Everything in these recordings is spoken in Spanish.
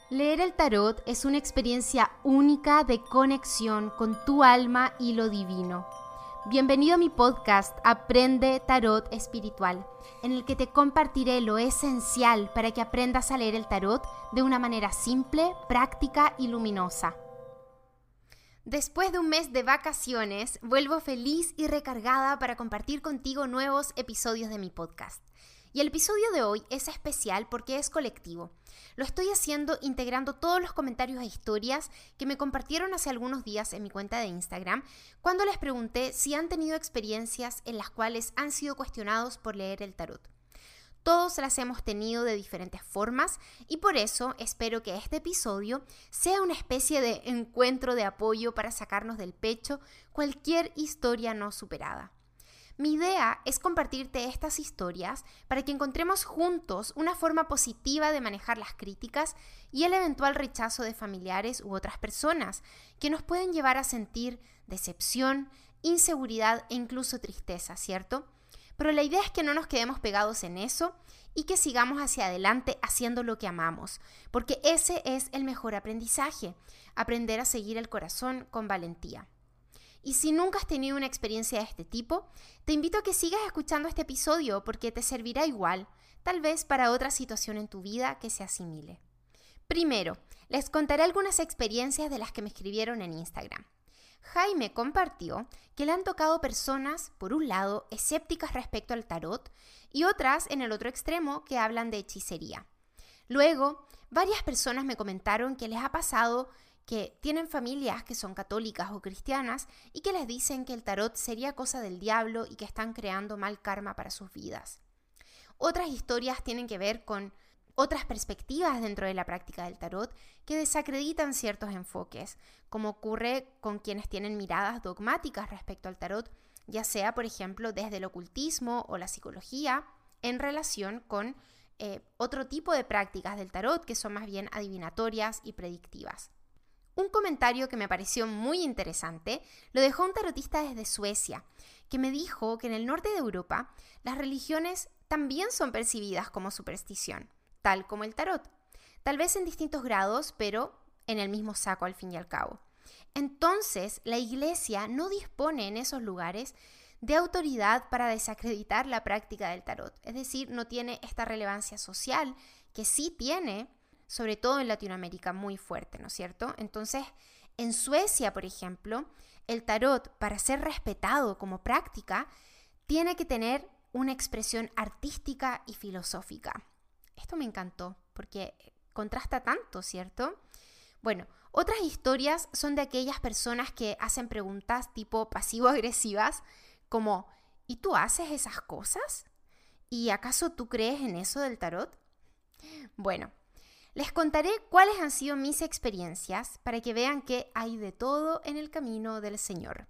Leer el tarot es una experiencia única de conexión con tu alma y lo divino. Bienvenido a mi podcast Aprende Tarot Espiritual, en el que te compartiré lo esencial para que aprendas a leer el tarot de una manera simple, práctica y luminosa. Después de un mes de vacaciones, vuelvo feliz y recargada para compartir contigo nuevos episodios de mi podcast. Y el episodio de hoy es especial porque es colectivo. Lo estoy haciendo integrando todos los comentarios e historias que me compartieron hace algunos días en mi cuenta de Instagram cuando les pregunté si han tenido experiencias en las cuales han sido cuestionados por leer el tarot. Todos las hemos tenido de diferentes formas y por eso espero que este episodio sea una especie de encuentro de apoyo para sacarnos del pecho cualquier historia no superada. Mi idea es compartirte estas historias para que encontremos juntos una forma positiva de manejar las críticas y el eventual rechazo de familiares u otras personas que nos pueden llevar a sentir decepción, inseguridad e incluso tristeza, ¿cierto? Pero la idea es que no nos quedemos pegados en eso y que sigamos hacia adelante haciendo lo que amamos, porque ese es el mejor aprendizaje, aprender a seguir el corazón con valentía. Y si nunca has tenido una experiencia de este tipo, te invito a que sigas escuchando este episodio porque te servirá igual, tal vez para otra situación en tu vida que se asimile. Primero, les contaré algunas experiencias de las que me escribieron en Instagram. Jaime compartió que le han tocado personas, por un lado, escépticas respecto al tarot y otras en el otro extremo que hablan de hechicería. Luego, varias personas me comentaron que les ha pasado que tienen familias que son católicas o cristianas y que les dicen que el tarot sería cosa del diablo y que están creando mal karma para sus vidas. Otras historias tienen que ver con otras perspectivas dentro de la práctica del tarot que desacreditan ciertos enfoques, como ocurre con quienes tienen miradas dogmáticas respecto al tarot, ya sea, por ejemplo, desde el ocultismo o la psicología, en relación con otro tipo de prácticas del tarot que son más bien adivinatorias y predictivas. Un comentario que me pareció muy interesante lo dejó un tarotista desde Suecia, que me dijo que en el norte de Europa las religiones también son percibidas como superstición, tal como el tarot, tal vez en distintos grados, pero en el mismo saco al fin y al cabo. Entonces, la Iglesia no dispone en esos lugares de autoridad para desacreditar la práctica del tarot, es decir, no tiene esta relevancia social que sí tiene, sobre todo en Latinoamérica, muy fuerte, ¿no es cierto? Entonces, en Suecia, por ejemplo, el tarot, para ser respetado como práctica, tiene que tener una expresión artística y filosófica. Esto me encantó, porque contrasta tanto, ¿cierto? Bueno, otras historias son de aquellas personas que hacen preguntas tipo pasivo-agresivas, como, ¿y tú haces esas cosas? ¿Y acaso tú crees en eso del tarot? Bueno, les contaré cuáles han sido mis experiencias para que vean que hay de todo en el camino del Señor.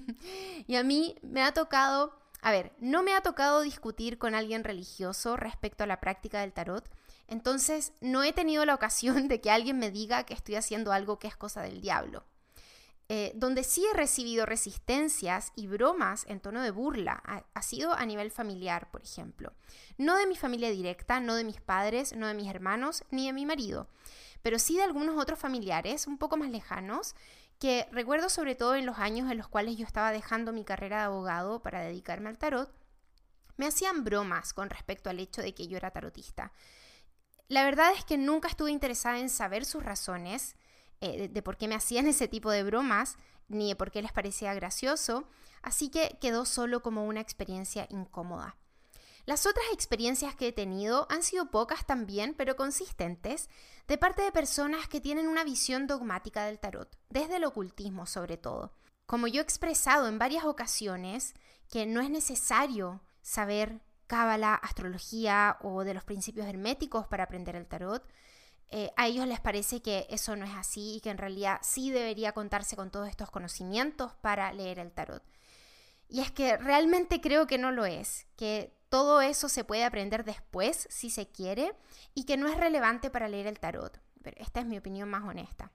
Y a mí me ha tocado, no me ha tocado discutir con alguien religioso respecto a la práctica del tarot, entonces no he tenido la ocasión de que alguien me diga que estoy haciendo algo que es cosa del diablo. Donde sí he recibido resistencias y bromas en tono de burla ha sido a nivel familiar, por ejemplo. No de mi familia directa, no de mis padres, no de mis hermanos, ni de mi marido, pero sí de algunos otros familiares un poco más lejanos que recuerdo sobre todo en los años en los cuales yo estaba dejando mi carrera de abogado para dedicarme al tarot, me hacían bromas con respecto al hecho de que yo era tarotista. La verdad es que nunca estuve interesada en saber sus razones, de por qué me hacían ese tipo de bromas, ni de por qué les parecía gracioso, así que quedó solo como una experiencia incómoda. Las otras experiencias que he tenido han sido pocas también, pero consistentes, de parte de personas que tienen una visión dogmática del tarot, desde el ocultismo sobre todo. Como yo he expresado en varias ocasiones que no es necesario saber cábala, astrología o de los principios herméticos para aprender el tarot, a ellos les parece que eso no es así y que en realidad sí debería contarse con todos estos conocimientos para leer el tarot. Y es que realmente creo que no lo es, que todo eso se puede aprender después si se quiere y que no es relevante para leer el tarot. Pero esta es mi opinión más honesta.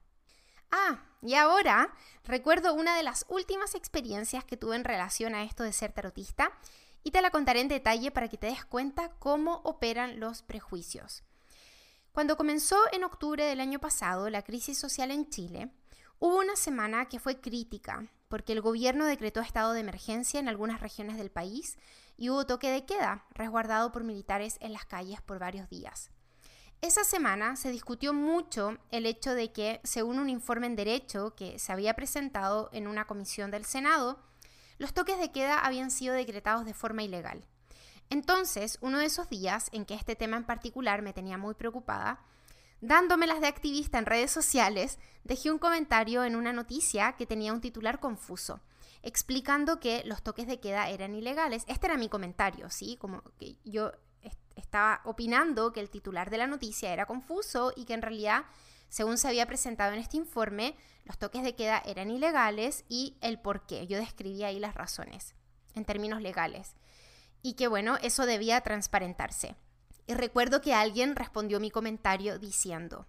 Y ahora recuerdo una de las últimas experiencias que tuve en relación a esto de ser tarotista y te la contaré en detalle para que te des cuenta cómo operan los prejuicios. Cuando comenzó en octubre del año pasado la crisis social en Chile, hubo una semana que fue crítica porque el gobierno decretó estado de emergencia en algunas regiones del país y hubo toque de queda, resguardado por militares en las calles por varios días. Esa semana se discutió mucho el hecho de que, según un informe en Derecho que se había presentado en una comisión del Senado, los toques de queda habían sido decretados de forma ilegal. Entonces, uno de esos días en que este tema en particular me tenía muy preocupada, dándomelas de activista en redes sociales, dejé un comentario en una noticia que tenía un titular confuso, explicando que los toques de queda eran ilegales. Este era mi comentario, ¿sí? Como que yo estaba opinando que el titular de la noticia era confuso y que en realidad, según se había presentado en este informe, los toques de queda eran ilegales y el por qué. Yo describía ahí las razones en términos legales y que bueno, eso debía transparentarse. Y recuerdo que alguien respondió mi comentario diciendo: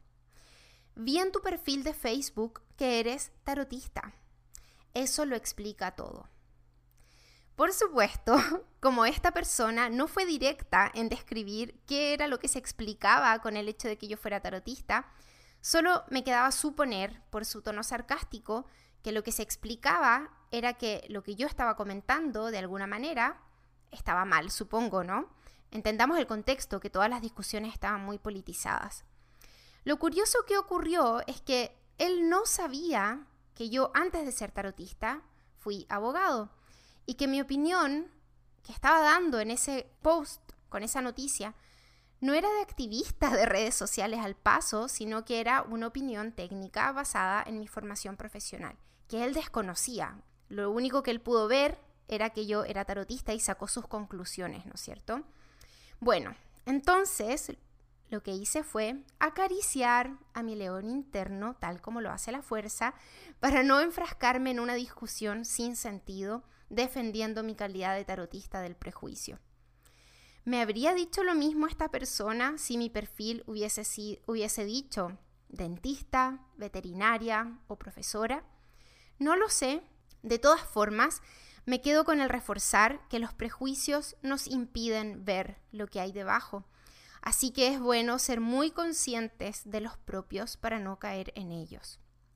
vi en tu perfil de Facebook que eres tarotista. Eso lo explica todo. Por supuesto, como esta persona no fue directa en describir qué era lo que se explicaba con el hecho de que yo fuera tarotista, solo me quedaba suponer, por su tono sarcástico, que lo que se explicaba era que lo que yo estaba comentando, de alguna manera, estaba mal, supongo, ¿no? Entendamos el contexto, que todas las discusiones estaban muy politizadas. Lo curioso que ocurrió es que él no sabía que yo, antes de ser tarotista, fui abogado. Y que mi opinión que estaba dando en ese post, con esa noticia, no era de activista de redes sociales al paso, sino que era una opinión técnica basada en mi formación profesional, que él desconocía. Lo único que él pudo ver era que yo era tarotista y sacó sus conclusiones, ¿no es cierto? Bueno, entonces lo que hice fue acariciar a mi león interno, tal como lo hace la fuerza, para no enfrascarme en una discusión sin sentido, defendiendo mi calidad de tarotista del prejuicio. ¿Me habría dicho lo mismo esta persona si mi perfil hubiese dicho dentista, veterinaria o profesora? No lo sé. De todas formas, me quedo con el reforzar que los prejuicios nos impiden ver lo que hay debajo. Así que es bueno ser muy conscientes de los propios para no caer en ellos.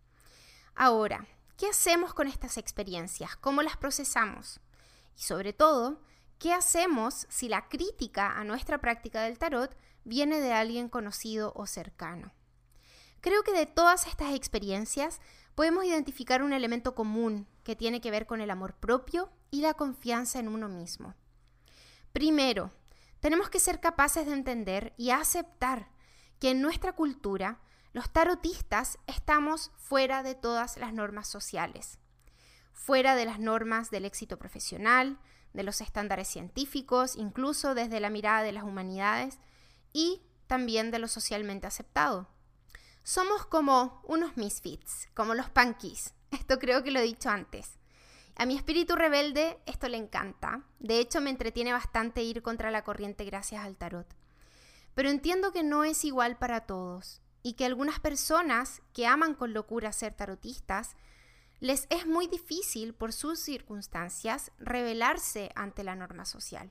Ahora, ¿qué hacemos con estas experiencias? ¿Cómo las procesamos? Y sobre todo, ¿qué hacemos si la crítica a nuestra práctica del tarot viene de alguien conocido o cercano? Creo que de todas estas experiencias podemos identificar un elemento común que tiene que ver con el amor propio y la confianza en uno mismo. Primero, tenemos que ser capaces de entender y aceptar que en nuestra cultura los tarotistas estamos fuera de todas las normas sociales, fuera de las normas del éxito profesional, de los estándares científicos, incluso desde la mirada de las humanidades y también de lo socialmente aceptado. Somos como unos misfits, como los punkies. Esto creo que lo he dicho antes. A mi espíritu rebelde esto le encanta. De hecho, me entretiene bastante ir contra la corriente gracias al tarot. Pero entiendo que no es igual para todos y que algunas personas que aman con locura ser tarotistas, les es muy difícil por sus circunstancias rebelarse ante la norma social.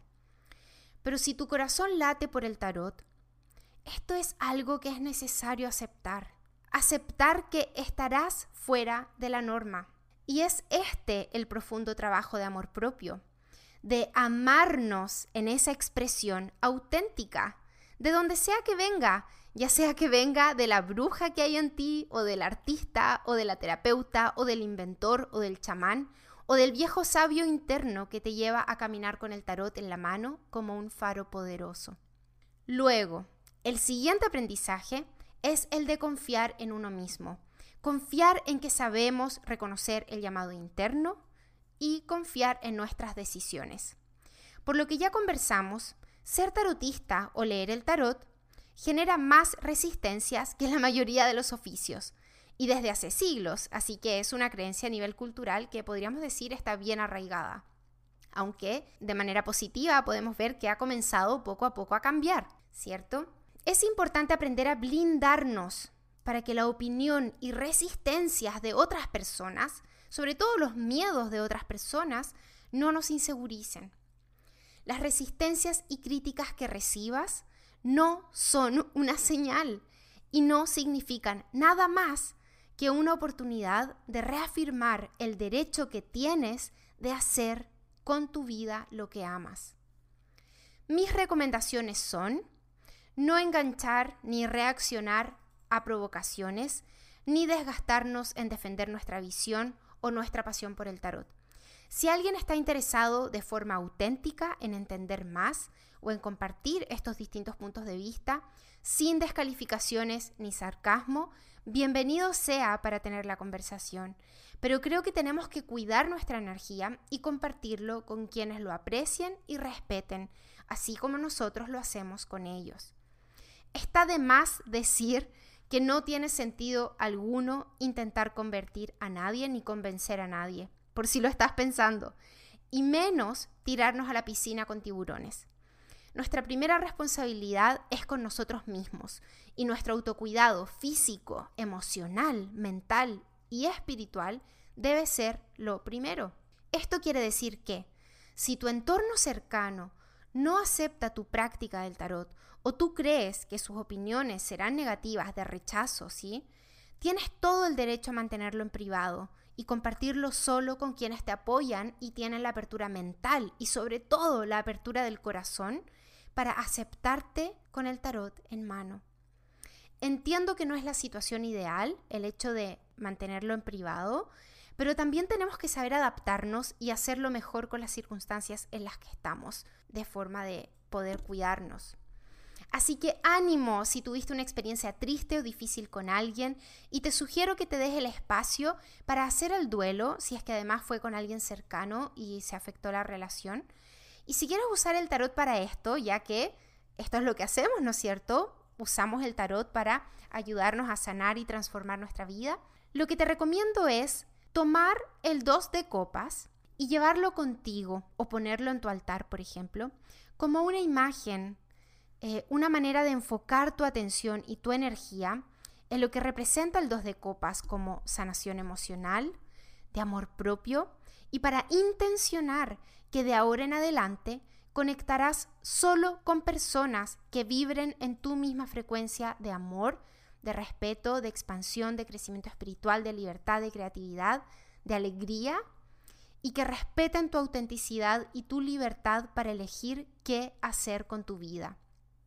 Pero si tu corazón late por el tarot, esto es algo que es necesario aceptar. Aceptar que estarás fuera de la norma. Y es este el profundo trabajo de amor propio, de amarnos en esa expresión auténtica, de donde sea que venga, ya sea que venga de la bruja que hay en ti, o del artista, o de la terapeuta, o del inventor, o del chamán, o del viejo sabio interno que te lleva a caminar con el tarot en la mano como un faro poderoso. Luego, el siguiente aprendizaje es el de confiar en uno mismo. Confiar en que sabemos reconocer el llamado interno y confiar en nuestras decisiones. Por lo que ya conversamos, ser tarotista o leer el tarot genera más resistencias que la mayoría de los oficios y desde hace siglos, así que es una creencia a nivel cultural que podríamos decir está bien arraigada. Aunque de manera positiva podemos ver que ha comenzado poco a poco a cambiar, ¿cierto? Es importante aprender a blindarnos para que la opinión y resistencias de otras personas, sobre todo los miedos de otras personas, no nos inseguricen. Las resistencias y críticas que recibas no son una señal y no significan nada más que una oportunidad de reafirmar el derecho que tienes de hacer con tu vida lo que amas. Mis recomendaciones son no enganchar ni reaccionar a provocaciones, ni desgastarnos en defender nuestra visión o nuestra pasión por el tarot. Si alguien está interesado de forma auténtica en entender más o en compartir estos distintos puntos de vista, sin descalificaciones ni sarcasmo, bienvenido sea para tener la conversación. Pero creo que tenemos que cuidar nuestra energía y compartirlo con quienes lo aprecien y respeten, así como nosotros lo hacemos con ellos. Está de más decir que no tiene sentido alguno intentar convertir a nadie ni convencer a nadie, por si lo estás pensando, y menos tirarnos a la piscina con tiburones. Nuestra primera responsabilidad es con nosotros mismos y nuestro autocuidado físico, emocional, mental y espiritual debe ser lo primero. Esto quiere decir que si tu entorno cercano no acepta tu práctica del tarot o tú crees que sus opiniones serán negativas de rechazo, ¿sí? Tienes todo el derecho a mantenerlo en privado y compartirlo solo con quienes te apoyan y tienen la apertura mental y sobre todo la apertura del corazón para aceptarte con el tarot en mano. Entiendo que no es la situación ideal el hecho de mantenerlo en privado, pero también tenemos que saber adaptarnos y hacerlo mejor con las circunstancias en las que estamos, de forma de poder cuidarnos. Así que ánimo si tuviste una experiencia triste o difícil con alguien y te sugiero que te des el espacio para hacer el duelo si es que además fue con alguien cercano y se afectó la relación. Y si quieres usar el tarot para esto, ya que esto es lo que hacemos, ¿no es cierto? Usamos el tarot para ayudarnos a sanar y transformar nuestra vida. Lo que te recomiendo es tomar el 2 de copas y llevarlo contigo o ponerlo en tu altar, por ejemplo, como una imagen, una manera de enfocar tu atención y tu energía en lo que representa el 2 de copas como sanación emocional, de amor propio y para intencionar que de ahora en adelante conectarás solo con personas que vibren en tu misma frecuencia de amor, de respeto, de expansión, de crecimiento espiritual, de libertad, de creatividad, de alegría y que respeten tu autenticidad y tu libertad para elegir qué hacer con tu vida.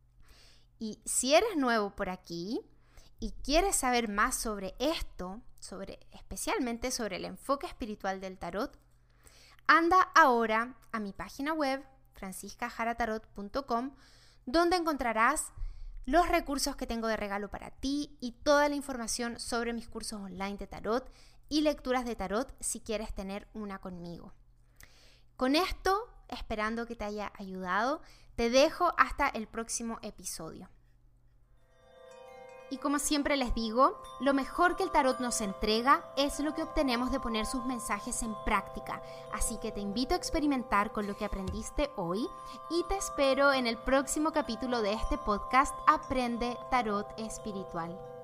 Y si eres nuevo por aquí y quieres saber más sobre esto, especialmente sobre el enfoque espiritual del tarot, anda ahora a mi página web franciscajaratarot.com, donde encontrarás los recursos que tengo de regalo para ti y toda la información sobre mis cursos online de tarot y lecturas de tarot si quieres tener una conmigo. Con esto, esperando que te haya ayudado, te dejo hasta el próximo episodio. Y como siempre les digo, lo mejor que el tarot nos entrega es lo que obtenemos de poner sus mensajes en práctica. Así que te invito a experimentar con lo que aprendiste hoy y te espero en el próximo capítulo de este podcast Aprende Tarot Espiritual.